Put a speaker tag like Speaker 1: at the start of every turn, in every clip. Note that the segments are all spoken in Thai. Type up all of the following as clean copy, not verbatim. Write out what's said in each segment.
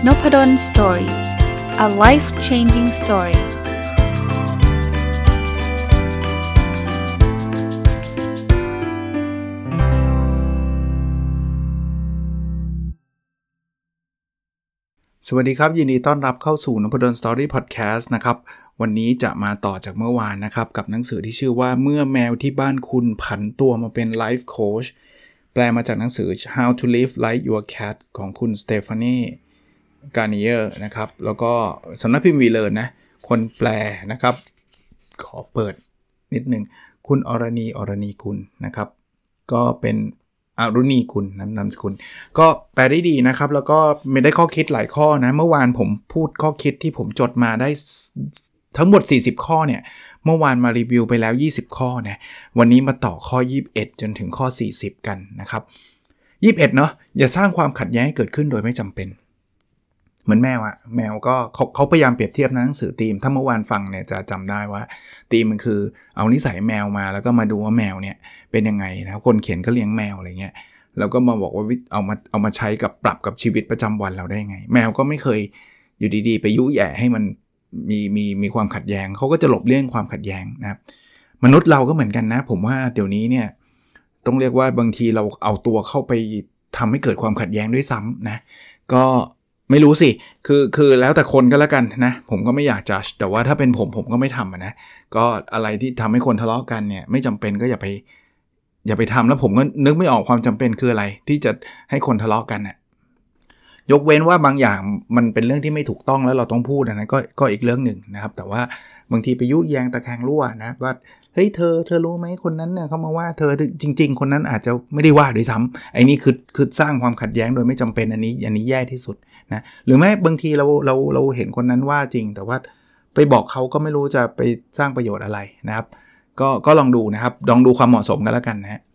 Speaker 1: Noppadan Story. A life-changing story.
Speaker 2: สวัสดีครับยินดีต้อนรับเข้าสู่ Noppadan Story Podcast นะครับวันนี้จะมาต่อจากเมื่อวานนะครับกับหนังสือที่ชื่อว่าเมื่อแมวที่บ้านคุณผันตัวมาเป็น Life Coach แปลมาจากหนังสือ How to Live Like Your Cat ของคุณ Stephanie Garnier นะครับแล้วก็สำนักพิมพ์วีเลอร์นะคนแปลนะครับขอเปิดนิดนึงคุณอรณีกุลนะครับก็เป็นอรุณีกุลนามสกุลก็แปลได้ดีนะครับแล้วก็มีได้ข้อคิดหลายข้อนะเมื่อวานผมพูดข้อคิดที่ผมจดมาได้ทั้งหมด40ข้อเนี่ยเมื่อวานมารีวิวไปแล้ว20ข้อนะวันนี้มาต่อข้อ21จนถึงข้อ40กันนะครับ21เนาะอย่าสร้างความขัดแย้งให้เกิดขึ้นโดยไม่จำเป็นเหมือนแมวอะแมวก็เขาพยายามเปรียบเทียบในหนังสือธีมถ้าเมื่อวานฟังเนี่ยจะจำได้ว่าธีมมันคือเอานิสัยแมวมาแล้วก็มาดูว่าแมวเนี่ยเป็นยังไงนะคนเขียนก็เลี้ยงแมวอะไรเงี้ยแล้วก็มาบอกว่าเอามาใช้กับปรับกับชีวิตประจำวันเราได้ไงแมวก็ไม่เคยอยู่ดีๆไปยุแย่ให้มันมีความขัดแย้งเขาก็จะหลบเลี่ยงความขัดแย้งนะครับมนุษย์เราก็เหมือนกันนะผมว่าเดี๋ยวนี้เนี่ยต้องเรียกว่าบางทีเราเอาตัวเข้าไปทำให้เกิดความขัดแย้งด้วยซ้ำนะก็ไม่รู้สิคือแล้วแต่คนก็แล้วกันนะผมก็ไม่อยากจัดแต่ว่าถ้าเป็นผมก็ไม่ทำนะก็อะไรที่ทำให้คนทะเลาะกันเนี่ยไม่จำเป็นก็อย่าไปทำแล้วผมก็นึกไม่ออกความจำเป็นคืออะไรที่จะให้คนทะเลาะกันน่ะยกเว้นว่าบางอย่างมันเป็นเรื่องที่ไม่ถูกต้องแล้วเราต้องพูดนะก็อีกเรื่องหนึ่งนะครับแต่ว่าบางทีไปยุแยงตะแคงรั่วนะว่าเฮ้ยเธอรู้ไหมคนนั้นเนี่ยเขามาว่าเธอจริงๆคนนั้นอาจจะไม่ได้ว่าด้วยซ้ำไอ้นี่คือสร้างความขัดแย้งโดยไม่จำเป็นอันนี้แย่ที่สุดนะหรือแม้บางทีเราเห็นคนนั้นว่าจริงแต่ว่าไปบอกเขาก็ไม่รู้จะไปสร้างประโยชน์อะไรนะครับก็ลองดูนะครับลองดูความเหมาะสมกันแล้วกันนะฮะ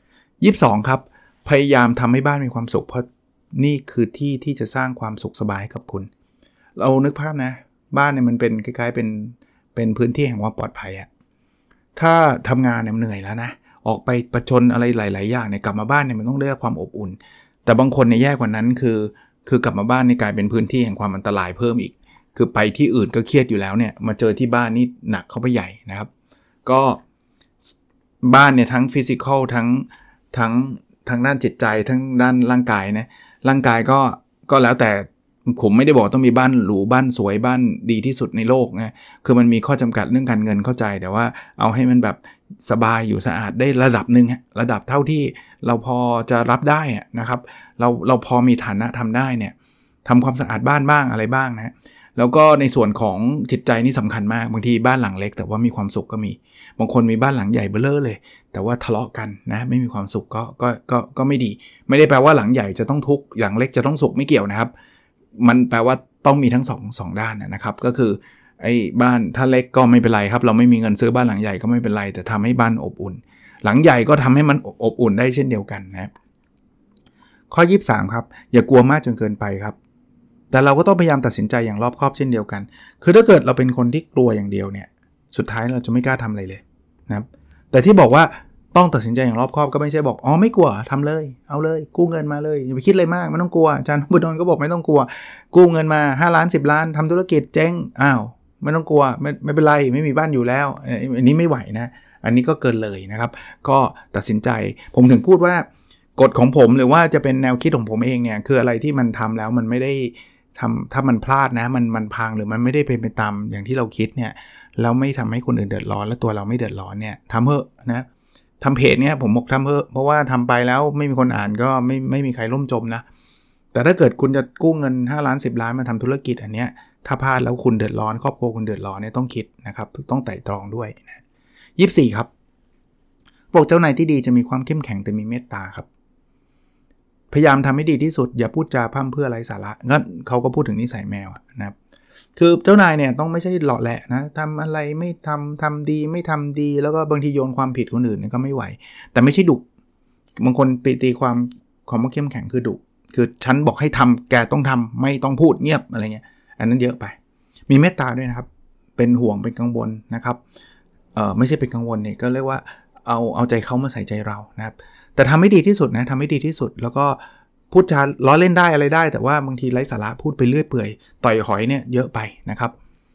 Speaker 2: 22ครับพยายามทำให้บ้านมีความสุขเพราะนี่คือที่จะสร้างความสุขสบายให้กับคุณเรานึกภาพนะบ้านเนี่ยมันเป็นคล้ายๆเป็นพื้นที่แห่งความปลอดภัยอะถ้าทำงานเนี่ยเหนื่อยแล้วนะออกไปประจนอะไรหลายๆอย่างเนี่ยกลับมาบ้านเนี่ยมันต้องได้ความอบอุ่นแต่บางคนเนี่ยแย่กว่านั้นคือกลับมาบ้านนี่กลายเป็นพื้นที่แห่งความอันตรายเพิ่มอีกคือไปที่อื่นก็เครียดอยู่แล้วเนี่ยมาเจอที่บ้านนี่หนักเข้าไปใหญ่นะครับก็บ้านเนี่ยทั้งฟิสิกอลทั้งด้านจิตใจทั้งด้านร่างกายนะร่างกายก็แล้วแต่ผมไม่ได้บอกต้องมีบ้านหรูบ้านสวยบ้านดีที่สุดในโลกนะคือมันมีข้อจำกัดเรื่องการเงินเข้าใจแต่ว่าเอาให้มันแบบสบายอยู่สะอาดได้ระดับนึงระดับเท่าที่เราพอจะรับได้นะครับเราพอมีฐานะทำได้เนี่ยทำความสะอาดบ้านบ้างอะไรบ้างนะแล้วก็ในส่วนของจิตใจนี่สำคัญมากบางทีบ้านหลังเล็กแต่ว่ามีความสุขก็มีบางคนมีบ้านหลังใหญ่เบ้อเร่อเลยแต่ว่าทะเลาะกันนะไม่มีความสุขก็ไม่ดีไม่ได้แปลว่าหลังใหญ่จะต้องทุกข์หลังเล็กจะต้องสุขไม่เกี่ยวนะครับมันแปลว่าต้องมีทั้งสองด้านนะครับก็คือไอ้บ้านถ้าเล็กก็ไม่เป็นไรครับเราไม่มีเงินซื้อบ้านหลังใหญ่ก็ไม่เป็นไรแต่ทำให้บ้านอบอุ่นหลังใหญ่ก็ทำให้มันอบอุ่นได้เช่นเดียวกันนะข้อ23ครับอย่ากลัวมากจนเกินไปครับแต่เราก็ต้องพยายามตัดสินใจอย่างรอบคอบเช่นเดียวกันคือถ้าเกิดเราเป็นคนที่กลัวอย่างเดียวเนี่ยสุดท้ายเราจะไม่กล้าทำอะไรเลยนะครับแต่ที่บอกว่าต้องตัดสินใจอย่างรอบคอบก็ไม่ใช่บอกอ๋อไม่กลัวทำเลยเอาเลยกู้เงินมาเลยอย่าไปคิดอะไรมากไม่ต้องกลัวอาจารย์บุญดลก็บอกไม่ต้องกลัวกู้เงินมา5ล้าน10ล้านทำธุรกิจเจ๊งอ้าวไม่ต้องกลัวไม่เป็นไรไม่มีบ้านอยู่แล้วอันนี้ไม่ไหวนะอันนี้ก็เกินเลยนะครับก็ตัดสินใจผมถึงพูดว่ากฎของผมหรือว่าจะเป็นแนวคิดของผมเองเนี่ยคืออะไรที่มันทำแล้วมันไม่ได้ถ้ามันพลาดนะมันพังหรือมันไม่ได้เป็นไปตามอย่างที่เราคิดเนี่ยแล้วไม่ทำให้คนอื่นเดือดร้อนและตัวเราไม่เดือดร้อนเนี่ยทำเถอะนะทำเพจเนี่ยผมบอกทำเถอะเพราะว่าทำไปแล้วไม่มีคนอ่านก็ไม่มีใครล่มจมนะแต่ถ้าเกิดคุณจะกู้เงิน5ล้าน10ล้านมาทำธุรกิจอันเนี้ยถ้าพลาดแล้วคุณเดือดร้อนครอบครัวคุณเดือดร้อนเนี่ยต้องคิดนะครับต้องไตร่ตรองด้วยนะ24ครับบอกเจ้านายที่ดีจะมีความเข้มแข็งแต่มีเมตตาครับพยายามทำให้ดีที่สุดอย่าพูดจาพร่ำเพื่อไร้สาระงั้นเขาก็พูดถึงนิสัยแมวนะครับคือเจ้านายเนี่ยต้องไม่ใช่หล่อแหละนะทำอะไรไม่ทำดีไม่ทำดีแล้วก็บางทีโยนความผิดคนอื่นเนี่ยก็ไม่ไหวแต่ไม่ใช่ดุบางคนไปตีความว่าเข้มแข็งคือดุคือฉันบอกให้ทำแกต้องทำไม่ต้องพูดเงียบอะไรเงี้ยอันนั้นเยอะไปมีเมตตาด้วยนะครับเป็นห่วงเป็นกังวลนะครับไม่ใช่เป็นกังวลเนี่ยก็เรียกว่าเอาใจเขามาใส่ใจเรานะครับแต่ทำให้ดีที่สุดนะทำให้ดีที่สุดแล้วก็พูดจาล้อเล่นได้อะไรได้แต่ว่าบางทีไร้สาระพูดไปเรื่อยเปื่อยต่อยหอยเนี่ยเยอะไปนะครับ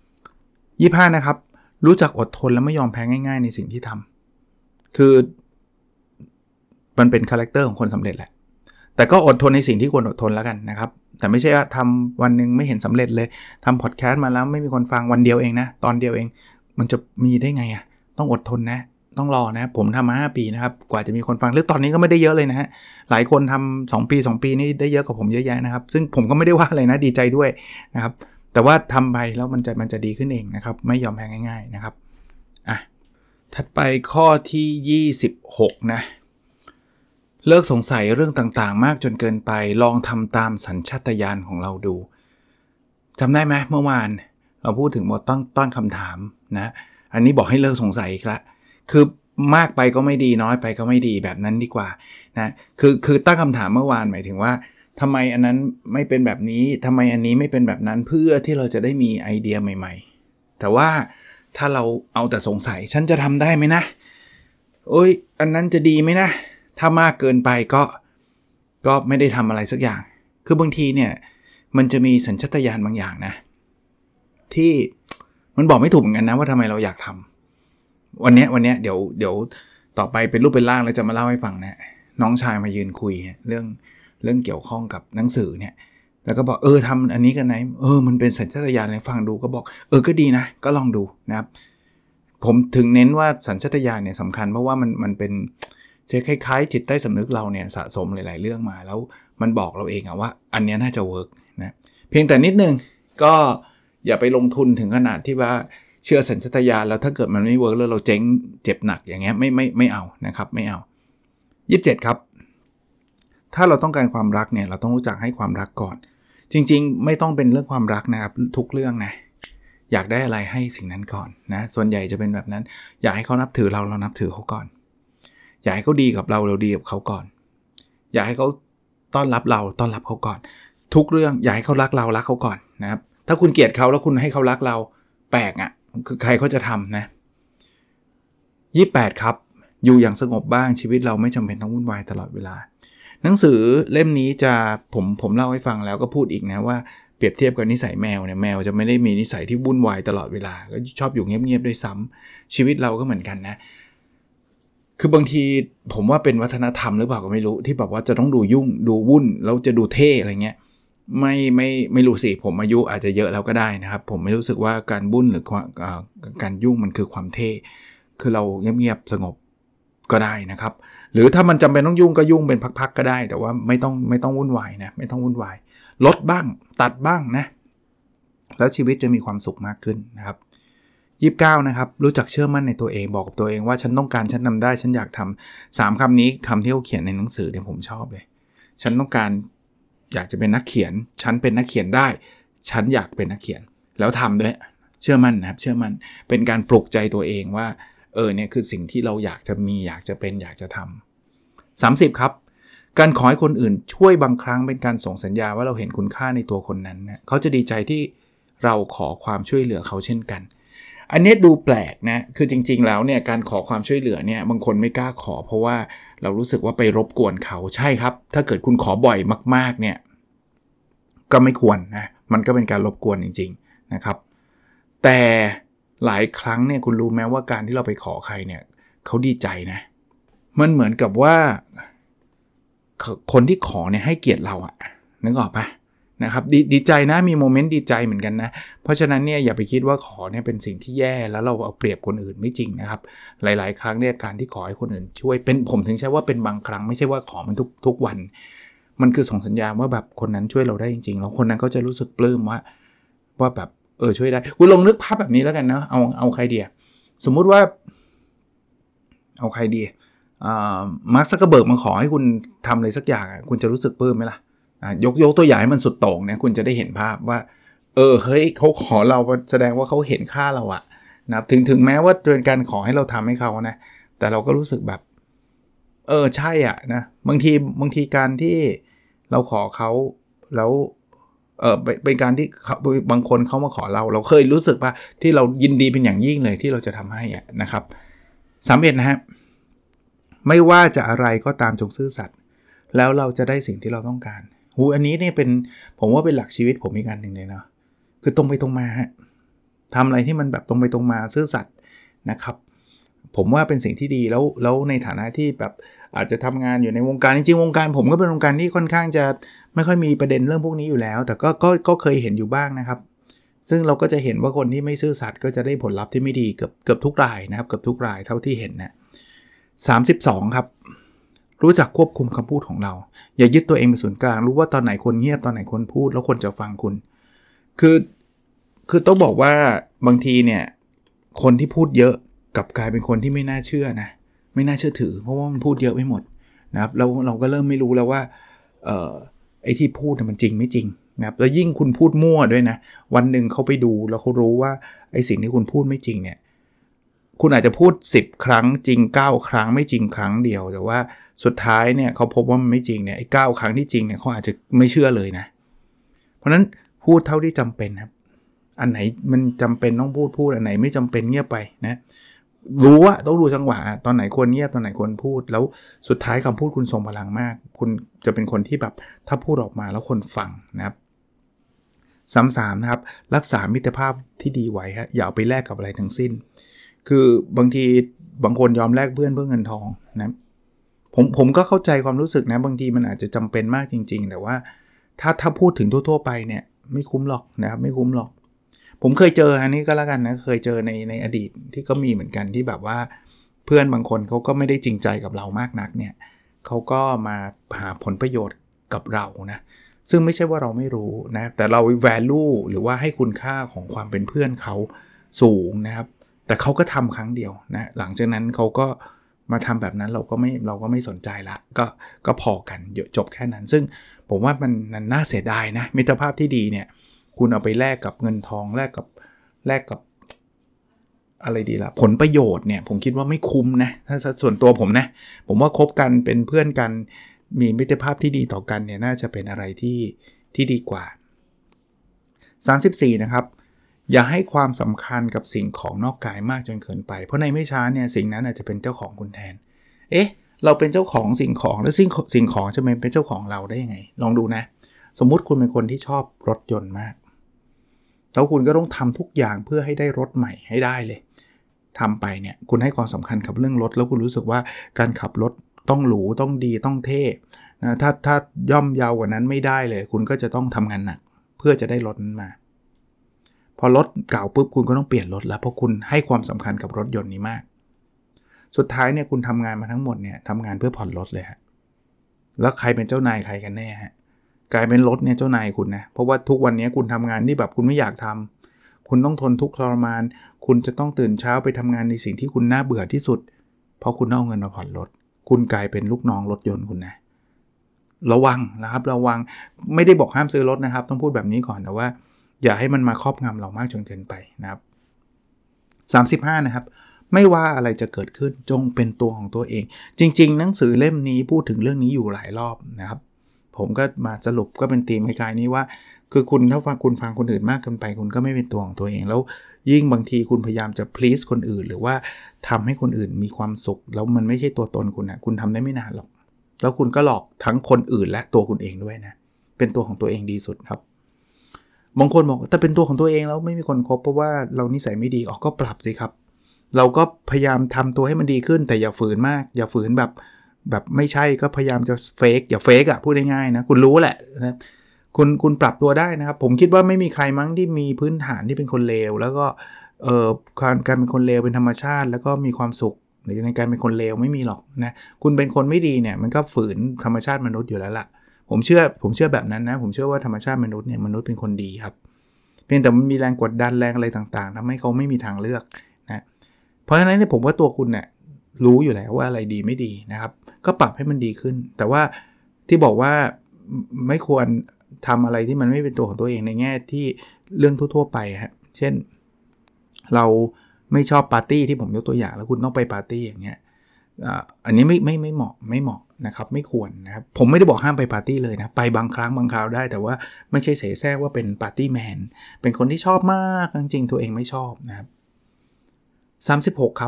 Speaker 2: 25นะครับรู้จักอดทนและไม่ยอมแพ้ง่ายๆในสิ่งที่ทำคือมันเป็นคาแรคเตอร์ของคนสำเร็จแหละแต่ก็อดทนในสิ่งที่ควรอดทนแล้วกันนะครับแต่ไม่ใช่ว่าทำวันนึงไม่เห็นสำเร็จเลยทำพอดแคสต์มาแล้วไม่มีคนฟังวันเดียวเองนะตอนเดียวเองมันจะมีได้ไงอ่ะต้องอดทนนะต้องรอนะผมทำมา5 ปีนะครับกว่าจะมีคนฟังหรือตอนนี้ก็ไม่ได้เยอะเลยนะฮะหลายคนทำ2 ปี2 ปีนี่ได้เยอะกว่าผมเยอะแยะนะครับซึ่งผมก็ไม่ได้ว่าอะไรนะดีใจด้วยนะครับแต่ว่าทำไปแล้วมันจะดีขึ้นเองนะครับไม่ยอมแพ้ง่ายๆนะครับถัดไปข้อที่26นะเลิกสงสัยเรื่องต่างๆมากจนเกินไปลองทำตามสัญชาตญาณของเราดูจำได้ไหมเมื่อวานเราพูดถึงบทตั้งคำถามนะอันนี้บอกให้เลิกสงสัยอีกละคือมากไปก็ไม่ดีน้อยไปก็ไม่ดีแบบนั้นดีกว่านะคือตั้งคำถามเมื่อวานหมายถึงว่าทำไมอันนั้นไม่เป็นแบบนี้ทำไมอันนี้ไม่เป็นแบบนั้นเพื่อที่เราจะได้มีไอเดียใหม่ๆแต่ว่าถ้าเราเอาแต่สงสัยฉันจะทำได้ไหมนะโอ้ยอันนั้นจะดีไหมนะถ้ามากเกินไปก็ไม่ได้ทำอะไรสักอย่างคือบางทีเนี่ยมันจะมีสัญชาตญาณบางอย่างนะที่มันบอกไม่ถูกเหมือนกันนะว่าทำไมเราอยากทำวันนี้เดี๋ยวต่อไปเป็นรูปเป็นร่างแล้วจะมาเล่าให้ฟังนะน้องชายมายืนคุยเรื่องเกี่ยวข้องกับหนังสือเนี่ยแล้วก็บอกทำอันนี้กันไหนมันเป็นสัญชาตญาณเลยฟังดูก็บอกก็ดีนะก็ลองดูนะครับผมถึงเน้นว่าสัญชาตญาณเนี่ยสำคัญเพราะว่ามันเป็นจะคล้ายๆจิตใต้สำนึกเราเนี่ยสะสมหลายๆเรื่องมาแล้วมันบอกเราเองว่าอันนี้น่าจะเวิร์กนะเพียงแต่นิดนึงก็อย่าไปลงทุนถึงขนาดที่ว่าเชื่อสัญชาตญาณแล้วถ้าเกิดมันไม่เวิร์กแล้วเราเจ๊งเจ็บหนักอย่างเงี้ยไม่เอานะครับไม่เอา27ครับถ้าเราต้องการความรักเนี่ยเราต้องรู้จักให้ความรักก่อนจริงๆไม่ต้องเป็นเรื่องความรักนะครับทุกเรื่องนะอยากได้อะไรให้สิ่งนั้นก่อนนะส่วนใหญ่จะเป็นแบบนั้นอยากให้เขานับถือเรานับถือเขาก่อนอยากให้เขาดีกับเราดีกับเขาก่อนอยากให้เขาต้อนรับเราต้อนรับเขาก่อนทุกเรื่องอยากให้เขารักเรารักเขาก่อนนะครับถ้าคุณเกลียดเขาแล้วคุณให้เขารักเราแปลกอ่ะคือใครเขาจะทำนะ28ครับอยู่อย่างสงบบ้างชีวิตเราไม่จำเป็นต้องวุ่นวายตลอดเวลาหนังสือเล่มนี้จะผมเล่าให้ฟังแล้วก็พูดอีกนะว่าเปรียบเทียบกับนิสัยแมวเนี่ยแมวจะไม่ได้มีนิสัยที่วุ่นวายตลอดเวลาก็ชอบอยู่เงียบๆด้วยซ้ำชีวิตเราก็เหมือนกันนะคือบางทีผมว่าเป็นวัฒนธรรมหรือเปล่าก็ไม่รู้ที่แบบว่าจะต้องดูยุ่งดูวุ่นแล้วจะดูเท่อะไรเงี้ยไม่รู้สิผมอายุอาจจะเยอะแล้วก็ได้นะครับผมไม่รู้สึกว่าการวุ่นหรือการยุ่งมันคือความเท่คือเราเงียบๆสงบก็ได้นะครับหรือถ้ามันจำเป็นต้องยุ่งก็ยุ่งเป็นพักๆก็ได้แต่ว่าไม่ต้องวุ่นวายนะไม่ต้องวุ่นวายลดบ้างตัดบ้างนะแล้วชีวิตจะมีความสุขมากขึ้นนะครับ29นะครับรู้จักเชื่อมั่นในตัวเองบอกกับตัวเองว่าฉันต้องการฉันทำได้ฉันอยากทำ3คำนี้คำที่เขาเขียนในหนังสือเนี่ยผมชอบเลยฉันต้องการอยากจะเป็นนักเขียนฉันเป็นนักเขียนได้ฉันอยากเป็นนักเขียนแล้วทำด้วยเชื่อมั่นนะครับเชื่อมั่นเป็นการปลุกใจตัวเองว่าเนี่ยคือสิ่งที่เราอยากจะมีอยากจะเป็นอยากจะทำ30ครับการขอให้คนอื่นช่วยบางครั้งเป็นการส่งสัญญาว่าเราเห็นคุณค่าในตัวคนนั้นนะเขาจะดีใจที่เราขอความช่วยเหลือเขาเช่นกันอันนี้ดูแปลกนะคือจริงๆแล้วเนี่ยการขอความช่วยเหลือเนี่ยบางคนไม่กล้าขอเพราะว่าเรารู้สึกว่าไปรบกวนเขาใช่ครับถ้าเกิดคุณขอบ่อยมากๆเนี่ยก็ไม่ควรนะมันก็เป็นการรบกวนจริงๆนะครับแต่หลายครั้งเนี่ยคุณรู้ไหมว่าการที่เราไปขอใครเนี่ยเขาดีใจนะมันเหมือนกับว่าคนที่ขอเนี่ยให้เกียรติเราอะนึกออกปะนะครับดีใจนะมีโมเมนต์ดีใจเหมือนกันนะเพราะฉะนั้นเนี่ยอย่าไปคิดว่าขอเนี่ยเป็นสิ่งที่แย่แล้วเราเอาเปรียบคนอื่นไม่จริงนะครับหลายๆครั้งเนี่ยการที่ขอให้คนอื่นช่วยเป็นผมถึงใช้ว่าเป็นบางครั้งไม่ใช่ว่าขอมันทุกวันมันคือส่งสัญญาณว่าแบบคนนั้นช่วยเราได้จริงๆแล้วคนนั้นก็จะรู้สึกปลื้มว่าแบบช่วยได้คุณลองนึกภาพแบบนี้แล้วกันนะเอาใครดีสมมุติว่าเอาใครดีมาร์ค ซักเคอร์เบิร์กมาขอให้คุณทำอะไรสักอย่างคุณจะรู้สึกปลื้มไหมล่ะยกตัวอย่างให้มันสุดโต่งนะคุณจะได้เห็นภาพว่าเฮ้ยเขาขอเราแสดงว่าเขาเห็นค่าเราอะนะถึงแม้ว่าเป็นการขอให้เราทำให้เขานะแต่เราก็รู้สึกแบบใช่อ่ะนะบางทีการที่เราขอเขาแล้วเป็นการที่บางคนเขามาขอเราเคยรู้สึกว่าที่เรายินดีเป็นอย่างยิ่งเลยที่เราจะทำให้นะครับ31นะฮะไม่ว่าจะอะไรก็ตามจงซื่อสัตย์แล้วเราจะได้สิ่งที่เราต้องการอันนี้เนี่ยเป็นผมว่าเป็นหลักชีวิตผมอีกอันหนึ่งเลยเนาะคือตรงไปตรงมาฮะทำอะไรที่มันแบบตรงไปตรงมาซื่อสัตย์นะครับผมว่าเป็นสิ่งที่ดีแล้วในฐานะที่แบบอาจจะทำงานอยู่ในวงการจริงๆวงการผมก็เป็นวงการที่ค่อนข้างจะไม่ค่อยมีประเด็นเรื่องพวกนี้อยู่แล้วแต่ก็เคยเห็นอยู่บ้างนะครับซึ่งเราก็จะเห็นว่าคนที่ไม่ซื่อสัตย์ก็จะได้ผลลัพธ์ที่ไม่ดีเกือบทุกรายนะครับเกือบทุกรายเท่าที่เห็นนะ32ครับรู้จักควบคุมคำพูดของเราอย่ายึดตัวเองเป็นศูนย์กลางรู้ว่าตอนไหนคนเงียบตอนไหนคนพูดแล้วคนจะฟังคุณคือต้องบอกว่าบางทีเนี่ยคนที่พูดเยอะกลับกลายเป็นคนที่ไม่น่าเชื่อนะไม่น่าเชื่อถือเพราะว่ามันพูดเยอะไปหมดนะครับแล้วเราก็เริ่มไม่รู้แล้วว่าไอ้ที่พูดมันจริงไม่จริงนะครับแล้วยิ่งคุณพูดมั่วด้วยนะวันหนึ่งเขาไปดูแล้วเขารู้ว่าไอ้สิ่งที่คุณพูดไม่จริงเนี่ยคุณอาจจะพูด10ครั้งจริง9ครั้งไม่จริงครั้งเดียวแต่ว่าสุดท้ายเนี่ยเขาพบว่ามันไม่จริงเนี่ยไอ้9ครั้งที่จริงเนี่ยเขาอาจจะไม่เชื่อเลยนะเพราะนั้นพูดเท่าที่จำเป็นครับอันไหนมันจำเป็นต้องพูดอันไหนไม่จำเป็นเงียบไปนะรู้ว่าต้องรู้จังหวะตอนไหนควรเงียบตอนไหนควรพูดแล้วสุดท้ายคำพูดคุณทรงพลังมากคุณจะเป็นคนที่แบบถ้าพูดออกมาแล้วคนฟังนะครับ33นะครับรักษามิตรภาพที่ดีไว้ฮะอย่าเอาไปแลกกับอะไรทั้งสิ้นคือบางทีบางคนยอมแลกเพื่อนเพื่อเงินทองนะผมก็เข้าใจความรู้สึกนะบางทีมันอาจจะจำเป็นมากจริงๆแต่ว่าถ้าพูดถึงทั่วๆไปเนี่ยไม่คุ้มหรอกนะครับไม่คุ้มหรอกผมเคยเจออันนี้ก็แล้วกันนะเคยเจอในอดีตที่ก็มีเหมือนกันที่แบบว่าเพื่อนบางคนเขาก็ไม่ได้จริงใจกับเรามากนักเนี่ยเขาก็มาหาผลประโยชน์กับเรานะซึ่งไม่ใช่ว่าเราไม่รู้นะแต่เรา value หรือว่าให้คุณค่าของความเป็นเพื่อนเขาสูงนะครับแต่เขาก็ทำครั้งเดียวนะหลังจากนั้นเขาก็มาทำแบบนั้นเราก็ไม่สนใจละก็พอกันจบแค่นั้นซึ่งผมว่ามันน่าเสียดายนะมิตรภาพที่ดีเนี่ยคุณเอาไปแลกกับเงินทองแลกกับอะไรดีล่ะผลประโยชน์เนี่ยผมคิดว่าไม่คุ้มนะถ้าส่วนตัวผมนะผมว่าคบกันเป็นเพื่อนกันมีมิตรภาพที่ดีต่อกันเนี่ยน่าจะเป็นอะไรที่ดีกว่า34นะครับอย่าให้ความสำคัญกับสิ่งของนอกกายมากจนเกินไปเพราะในไม่ช้าเนี่ยสิ่งนั้นอาจจะเป็นเจ้าของคุณแทนเราเป็นเจ้าของสิ่งของแล้วสิ่งของจะเป็นเจ้าของเราได้ยังไงลองดูนะสมมุติคุณเป็นคนที่ชอบรถยนต์มากแล้วคุณก็ต้องทำทุกอย่างเพื่อให้ได้รถใหม่ให้ได้เลยทำไปเนี่ยคุณให้ความสำคัญกับเรื่องรถแล้วคุณรู้สึกว่าการขับรถต้องหรูต้องดีต้องเท่นะถ้าย่อมเยาวกว่านั้นไม่ได้เลยคุณก็จะต้องทำงานหนักเพื่อจะได้รถนั้นมาพอรถเก่าปุ๊บคุณก็ต้องเปลี่ยนรถแล้วเพราะคุณให้ความสำคัญกับรถยนต์นี้มากสุดท้ายเนี่ยคุณทำงานมาทั้งหมดเนี่ยทำงานเพื่อผ่อนรถเลยฮะแล้วใครเป็นเจ้านายใครกันแน่ฮะกลายเป็นรถเนี่ยเจ้านายคุณนะเพราะว่าทุกวันนี้คุณทำงานที่แบบคุณไม่อยากทำคุณต้องทนทุกข์ทรมานคุณจะต้องตื่นเช้าไปทำงานในสิ่งที่คุณน่าเบื่อที่สุดเพราะคุณเอาเงินมาผ่อนรถคุณกลายเป็นลูกน้องรถยนต์คุณนะระวังนะครับระวังไม่ได้บอกห้ามซื้อรถนะครับต้องพูดแบบนี้ก่อนแต่ว่าอย่าให้มันมาครอบงำเรามากจนเกินไปนะครับ35นะครับไม่ว่าอะไรจะเกิดขึ้นจงเป็นตัวของตัวเองจริงๆหนังสือเล่มนี้พูดถึงเรื่องนี้อยู่หลายรอบนะครับผมก็มาสรุปก็เป็นธีมคล้ายๆนี้ว่าคือคุณถ้าคุณฟังคนอื่นมากเกินไปคุณก็ไม่เป็นตัวของตัวเองแล้วยิ่งบางทีคุณพยายามจะ please คนอื่นหรือว่าทำให้คนอื่นมีความสุขแล้วมันไม่ใช่ตัวตนคุณนะคุณทำได้ไม่นานหรอกแล้วคุณก็หลอกทั้งคนอื่นและตัวคุณเองด้วยนะเป็นตัวของตัวเองดีสุดครับบางคนบอกถ้าเป็นตัวของตัวเองแล้วไม่มีคนคบเพราะว่าเรานิสัยไม่ดีก็ปรับสิครับเราก็พยายามทำตัวให้มันดีขึ้นแต่อย่าฝืนมากอย่าฝืนแบบไม่ใช่ก็พยายามจะเฟกอย่าเฟกพูดง่ายๆนะคุณรู้แหละนะคุณปรับตัวได้นะครับผมคิดว่าไม่มีใครมั้งที่มีพื้นฐานที่เป็นคนเลวแล้วก็การเป็นคนเลวเป็นธรรมชาติแล้วก็มีความสุขในการเป็นคนเลวไม่มีหรอกนะคุณเป็นคนไม่ดีเนี่ยมันก็ฝืนธรรมชาติมนุษย์อยู่แล้วล่ะผมเชื่อแบบนั้นนะผมเชื่อว่าธรรมชาติมนุษย์เนี่ยมนุษย์เป็นคนดีครับเพียงแต่มันมีแรงกดดันแรงอะไรต่างๆทำให้เขาไม่มีทางเลือกนะเพราะฉะนั้นเนี่ยผมว่าตัวคุณเนี่ยรู้อยู่แล้วว่าอะไรดีไม่ดีนะครับก็ปรับให้มันดีขึ้นแต่ว่าที่บอกว่าไม่ควรทำอะไรที่มันไม่เป็นตัวของตัวเองในแง่ที่เรื่องทั่วๆไปฮะเช่นเราไม่ชอบปาร์ตี้ที่ผมยกตัวอย่างแล้วคุณต้องไปปาร์ตี้อย่างเงี้ยอันนี้ไม่เหมาะนะครับไม่ควรนะครับผมไม่ได้บอกห้ามไปปาร์ตี้เลยนะไปบางครั้งบางคราวได้แต่ว่าไม่ใช่เสแสร้งว่าเป็นปาร์ตี้แมนเป็นคนที่ชอบมากจริงๆตัวเองไม่ชอบนะครับ36ครับ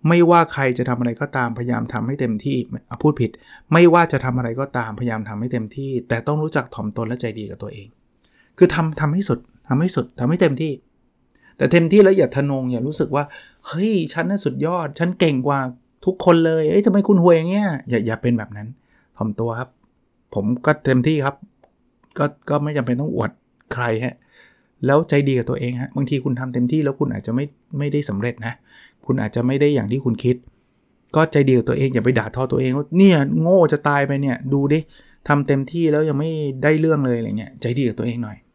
Speaker 2: ไม่ว่าใครจะทำอะไรก็ตามพยายามทำให้เต็มที่พูดผิดไม่ว่าจะทำอะไรก็ตามพยายามทำให้เต็มที่แต่ต้องรู้จักถ่อมตนและใจดีกับตัวเองคือทำให้สุดทำให้เต็มที่แต่เต็มที่แล้วอย่าทะนงอย่ารู้สึกว่าเฮ้ยฉันน่ะสุดยอดฉันเก่งกว่าทุกคนเลยทำไมคุณห่วยอย่างเงี้ยอย่าเป็นแบบนั้นถ่อมตัวครับผมก็เต็มที่ครับก็ไม่จำเป็นต้องอวดใครฮะแล้วใจดีกับตัวเองฮะบางทีคุณทำเต็มที่แล้วคุณอาจจะไม่ได้สำเร็จนะคุณอาจจะไม่ได้อย่างที่คุณคิดก็ใจดีกับตัวเองอย่าไปด่าทอตัวเองว่าเนี่ยโง่จะตายไปเนี่ยดูดิทำเต็มที่แล้วยังไม่ได้เรื่องเลยอะไรเงี้ยใจดีกับตัวเองหน่อย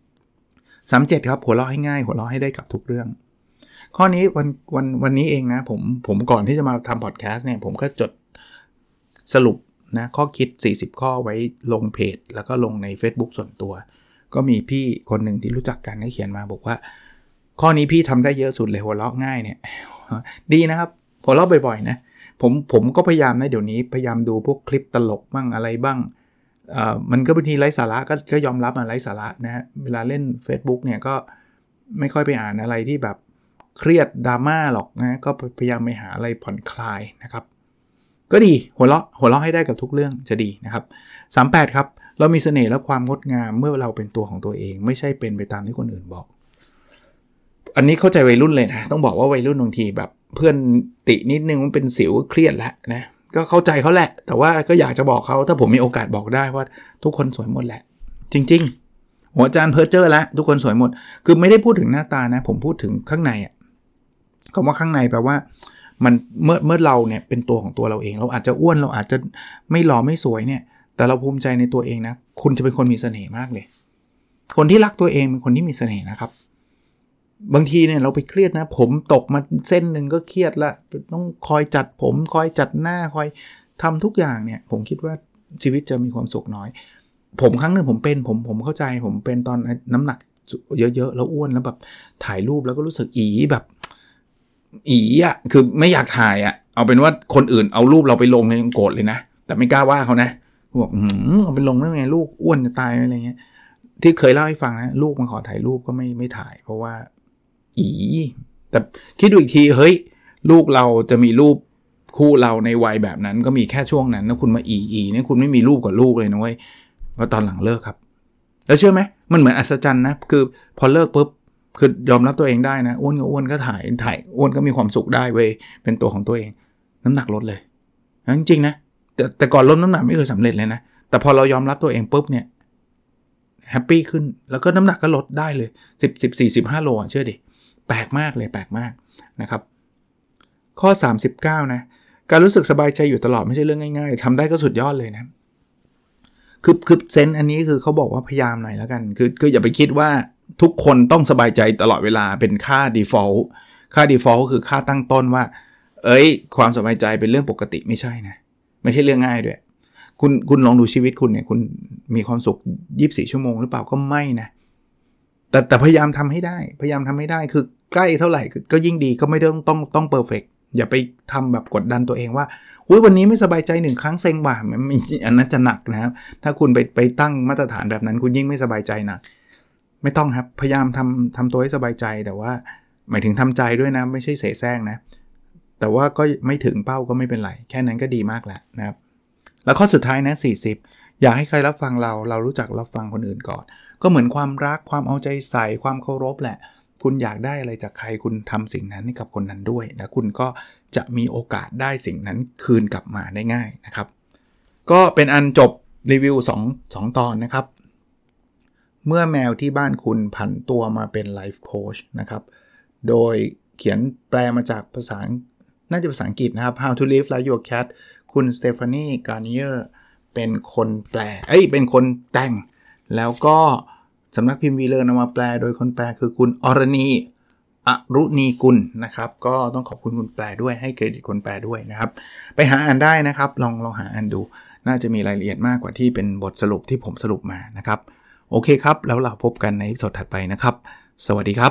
Speaker 2: 37ครับหัวเราะให้ง่ายหัวเราะให้ได้กับทุกเรื่องข้อนี้วันนี้เองนะผมก่อนที่จะมาทำพอดแคสต์เนี่ยผมก็จดสรุปนะข้อคิด40ข้อไว้ลงเพจแล้วก็ลงใน Facebook ส่วนตัวก็มีพี่คนหนึ่งที่รู้จักกันได้เขียนมาบอกว่าข้อนี้พี่ทำได้เยอะสุดเลยหัวเราะง่ายเนี่ยดีนะครับหัวเราะบ่อยๆนะผมก็พยายามนะเดี๋ยวนี้พยายามดูพวกคลิปตลกบ้างอะไรบ้างมันก็บางทีไร้สาระก็ยอมรับไร้สาระนะฮะเวลาเล่น Facebook เนี่ยก็ไม่ค่อยไปอ่านอะไรที่แบบเครียดดราม่าหรอกนะก็พยายามไปหาอะไรผ่อนคลายนะครับก็ดีหัวเราะให้ได้กับทุกเรื่องจะดีนะครับ38ครับเรามีเสน่ห์และความงดงามเมื่อเราเป็นตัวของตัวเองไม่ใช่เป็นไปตามที่คนอื่นบอกอันนี้เข้าใจวัยรุ่นเลยนะต้องบอกว่าวัยรุ่นบางทีแบบเพื่อนตินิดนึงมันเป็นสิวเครียดแล้วนะก็เข้าใจเขาแหละแต่ว่าก็อยากจะบอกเขาถ้าผมมีโอกาสบอกได้ว่าทุกคนสวยหมดแหละจริงๆหัวจานเพ้อเจ้อแล้วทุกคนสวยหมดคือไม่ได้พูดถึงหน้าตานะผมพูดถึงข้างในอ่ะคำว่าข้างในแปลว่ามันเมื่อเราเนี่ยเป็นตัวของตัวเราเองเราอาจจะอ้วนเราอาจจะไม่หล่อไม่สวยเนี่ยแต่เราภูมิใจในตัวเองนะคุณจะเป็นคนมีเสน่ห์มากเลยคนที่รักตัวเองเป็นคนที่มีเสน่ห์นะครับบางทีเนี่ยเราไปเครียดนะผมตกมาเส้นนึงก็เครียดละต้องคอยจัดผมคอยจัดหน้าคอยทำทุกอย่างเนี่ยผมคิดว่าชีวิตจะมีความสุขน้อยผมครั้งนึงผมเข้าใจผมเป็นตอนน้ำหนักเยอะๆแล้วอ้วนแล้วแบบถ่ายรูปแล้วก็รู้สึกแบบอ่ะคือไม่อยากถ่ายอ่ะเอาเป็นว่าคนอื่นเอารูปเราไปลงเนี่ยยังโกรธเลยนะแต่ไม่กล้าว่าเขานะบอกเอาไปลงได้ไงลูกอ้วนจะตายอะไรเงี้ยที่เคยเล่าให้ฟังนะลูกมาขอถ่ายรูปก็ไม่ถ่ายเพราะว่าแต่คิดดูอีกทีเฮ้ยลูกเราจะมีรูปคู่เราในวัยแบบนั้นก็มีแค่ช่วงนั้นนะคุณมาเนี่ยคุณไม่มีรูปกับลูกเลยนะเว้ยเพราะตอนหลังเลิกครับแล้วเชื่อไหมมันเหมือนอัศจรรย์นะคือพอเลิกปุ๊บคือยอมรับตัวเองได้นะอ้วนก็อ้วนก็ถ่ายอ้วนก็มีความสุขได้เว้ยเป็นตัวของตัวเองน้ำหนักลดเลยจริงๆนะแต่ก่อนลดน้ำหนักไม่เคยสำเร็จเลยนะแต่พอเรายอมรับตัวเองปุ๊บเนี่ยแฮปปี้ขึ้นแล้วก็น้ำหนักก็ลดได้เลย15โลอ่ะเชื่อดิแปลกมากเลยแปลกมากนะครับข้อ39นะการรู้สึกสบายใจอยู่ตลอดไม่ใช่เรื่องง่ายๆทำได้ก็สุดยอดเลยนะคือเซนส์อันนี้คือเขาบอกว่าพยายามหน่อยแล้วกันคืออย่าไปคิดว่าทุกคนต้องสบายใจตลอดเวลาเป็นค่า default คือค่าตั้งต้นว่าความสบายใจเป็นเรื่องปกติไม่ใช่นะไม่ใช่เรื่องง่ายด้วยคุณลองดูชีวิตคุณเนี่ยคุณมีความสุข24ชั่วโมงหรือเปล่าก็ไม่นะแต่พยายามทำให้ได้คือใกล้เท่าไหร่ก็ยิ่งดีก็ไม่ต้องเพอร์เฟคอย่าไปทำแบบกดดันตัวเองว่าวันนี้ไม่สบายใจ1ครั้งเซ็งว่ะมันอันนั้นจะหนักนะครับถ้าคุณไปตั้งมาตรฐานแบบนั้นคุณยิ่งไม่สบายใจหนักไม่ต้องครับพยายามทำตัวให้สบายใจแต่ว่าหมายถึงทำใจด้วยนะไม่ใช่เสแสร้งนะแต่ว่าก็ไม่ถึงเป้าก็ไม่เป็นไรแค่นั้นก็ดีมากแล้วนะครับแล้วข้อสุดท้ายนะ40อยากให้ใครรับฟังเรารู้จักรับฟังคนอื่นก่อนก็เหมือนความรักความเอาใจใส่ความเคารพแหละคุณอยากได้อะไรจากใครคุณทำสิ่งนั้นให้กับคนนั้นด้วยแล้วคุณก็จะมีโอกาสได้สิ่งนั้นคืนกลับมาได้ง่ายนะครับก็เป็นอันจบรีวิว2ตอนนะครับเมื่อแมวที่บ้านคุณผันตัวมาเป็นไลฟ์โค้ชนะครับโดยเขียนแปลมาจากน่าจะภาษาอังกฤษนะครับ How to Live Like Your Cat คุณสเตฟานีการ์เนียร์เป็นคนแปลเป็นคนแต่งแล้วก็สำนักพิมพ์วีเลอร์นำมาแปลโดยคนแปลคือคุณอรณีอรุณีกุลนะครับก็ต้องขอบคุณคุณแปลด้วยให้เครดิตคนแปลด้วยนะครับไปหาอ่านได้นะครับลองหาอ่านดูน่าจะมีรายละเอียดมากกว่าที่เป็นบทสรุปที่ผมสรุปมานะครับโอเคครับแล้วเราพบกันในสดถัดไปนะครับสวัสดีครับ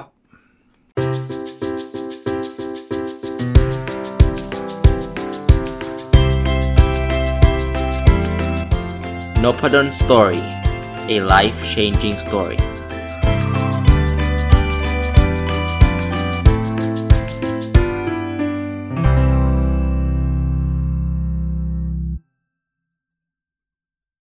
Speaker 3: Nopadon Story, a life-changing story.